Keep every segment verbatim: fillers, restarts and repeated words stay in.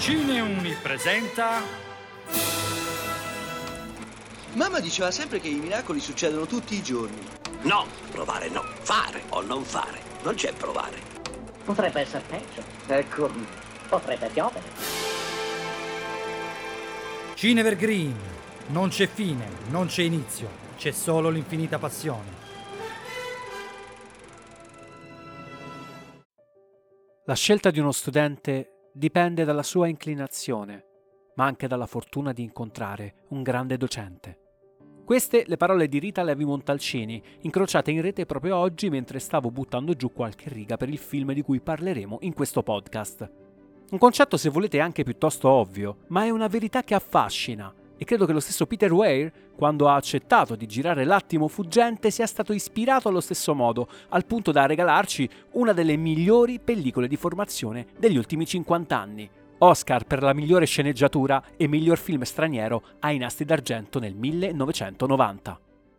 Cineuni presenta... Mamma diceva sempre che i miracoli succedono tutti i giorni. No, provare no, fare o non fare, non c'è provare. Potrebbe essere peggio. Ecco. Potrebbe piovere. Cinevergreen. Non c'è fine, non c'è inizio, c'è solo l'infinita passione. La scelta di uno studente dipende dalla sua inclinazione, ma anche dalla fortuna di incontrare un grande docente. Queste le parole di Rita Levi Montalcini, incrociate in rete proprio oggi mentre stavo buttando giù qualche riga per il film di cui parleremo in questo podcast. Un concetto, se volete, anche piuttosto ovvio, ma è una verità che affascina, e credo che lo stesso Peter Weir, quando ha accettato di girare L'attimo fuggente, sia stato ispirato allo stesso modo, al punto da regalarci una delle migliori pellicole di formazione degli ultimi cinquanta anni. Oscar per la migliore sceneggiatura e miglior film straniero ai Nastri d'Argento nel millenovecentonovanta.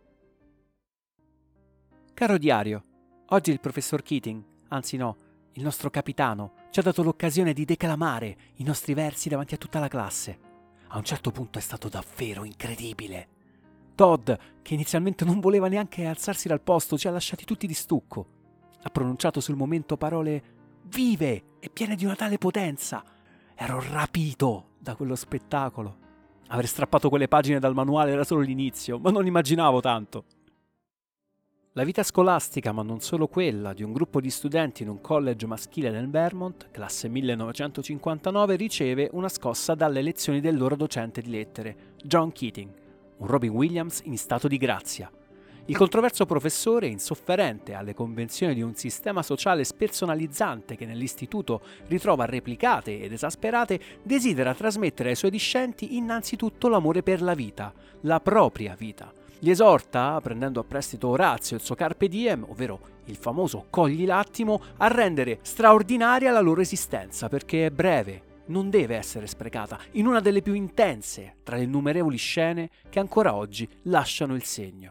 Caro diario, oggi il professor Keating, anzi no, il nostro capitano, ci ha dato l'occasione di declamare i nostri versi davanti a tutta la classe. A un certo punto è stato davvero incredibile. Todd, che inizialmente non voleva neanche alzarsi dal posto, ci ha lasciati tutti di stucco. Ha pronunciato sul momento parole vive e piene di una tale potenza. Ero rapito da quello spettacolo. Aver strappato quelle pagine dal manuale era solo l'inizio, ma non immaginavo tanto. La vita scolastica, ma non solo quella, di un gruppo di studenti in un college maschile nel Vermont, classe millenovecentocinquantanove, riceve una scossa dalle lezioni del loro docente di lettere, John Keating, un Robin Williams in stato di grazia. Il controverso professore, insofferente alle convenzioni di un sistema sociale spersonalizzante che nell'istituto ritrova replicate ed esasperate, desidera trasmettere ai suoi discenti innanzitutto l'amore per la vita, la propria vita. Li esorta, prendendo a prestito Orazio il suo Carpe Diem, ovvero il famoso cogli l'attimo, a rendere straordinaria la loro esistenza, perché è breve, non deve essere sprecata, in una delle più intense tra le innumerevoli scene che ancora oggi lasciano il segno.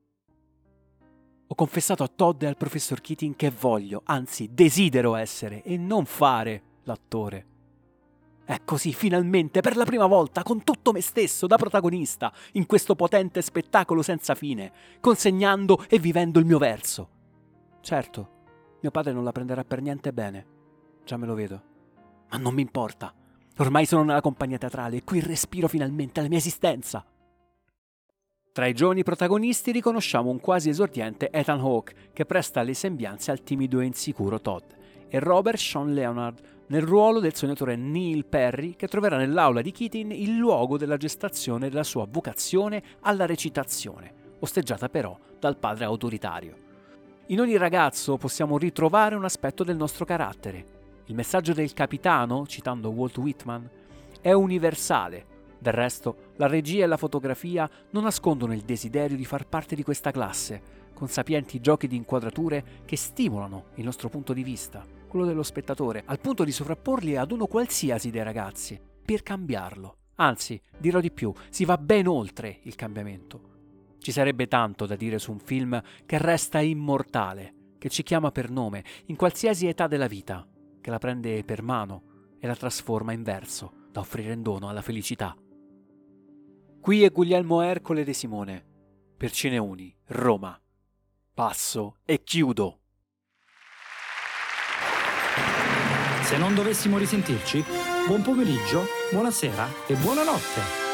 Ho confessato a Todd e al professor Keating che voglio, anzi desidero essere e non fare l'attore. È così, finalmente, per la prima volta, con tutto me stesso da protagonista, in questo potente spettacolo senza fine, consegnando e vivendo il mio verso. Certo, mio padre non la prenderà per niente bene, già me lo vedo. Ma non mi importa, ormai sono nella compagnia teatrale e qui respiro finalmente la mia esistenza. Tra i giovani protagonisti riconosciamo un quasi esordiente Ethan Hawke, che presta le sembianze al timido e insicuro Todd, e Robert Sean Leonard, nel ruolo del sognatore Neil Perry, che troverà nell'aula di Keating il luogo della gestazione della sua vocazione alla recitazione, osteggiata però dal padre autoritario. In ogni ragazzo possiamo ritrovare un aspetto del nostro carattere. Il messaggio del capitano, citando Walt Whitman, è universale. Del resto, la regia e la fotografia non nascondono il desiderio di far parte di questa classe, con sapienti giochi di inquadrature che stimolano il nostro punto di vista, quello dello spettatore, al punto di sovrapporli ad uno qualsiasi dei ragazzi, per cambiarlo. Anzi, dirò di più, si va ben oltre il cambiamento. Ci sarebbe tanto da dire su un film che resta immortale, che ci chiama per nome, in qualsiasi età della vita, che la prende per mano e la trasforma in verso, da offrire in dono alla felicità. Qui è Guglielmo Ercole De Simone, per Cineuni, Roma. Passo e chiudo. Se non dovessimo risentirci, buon pomeriggio, buonasera e buonanotte.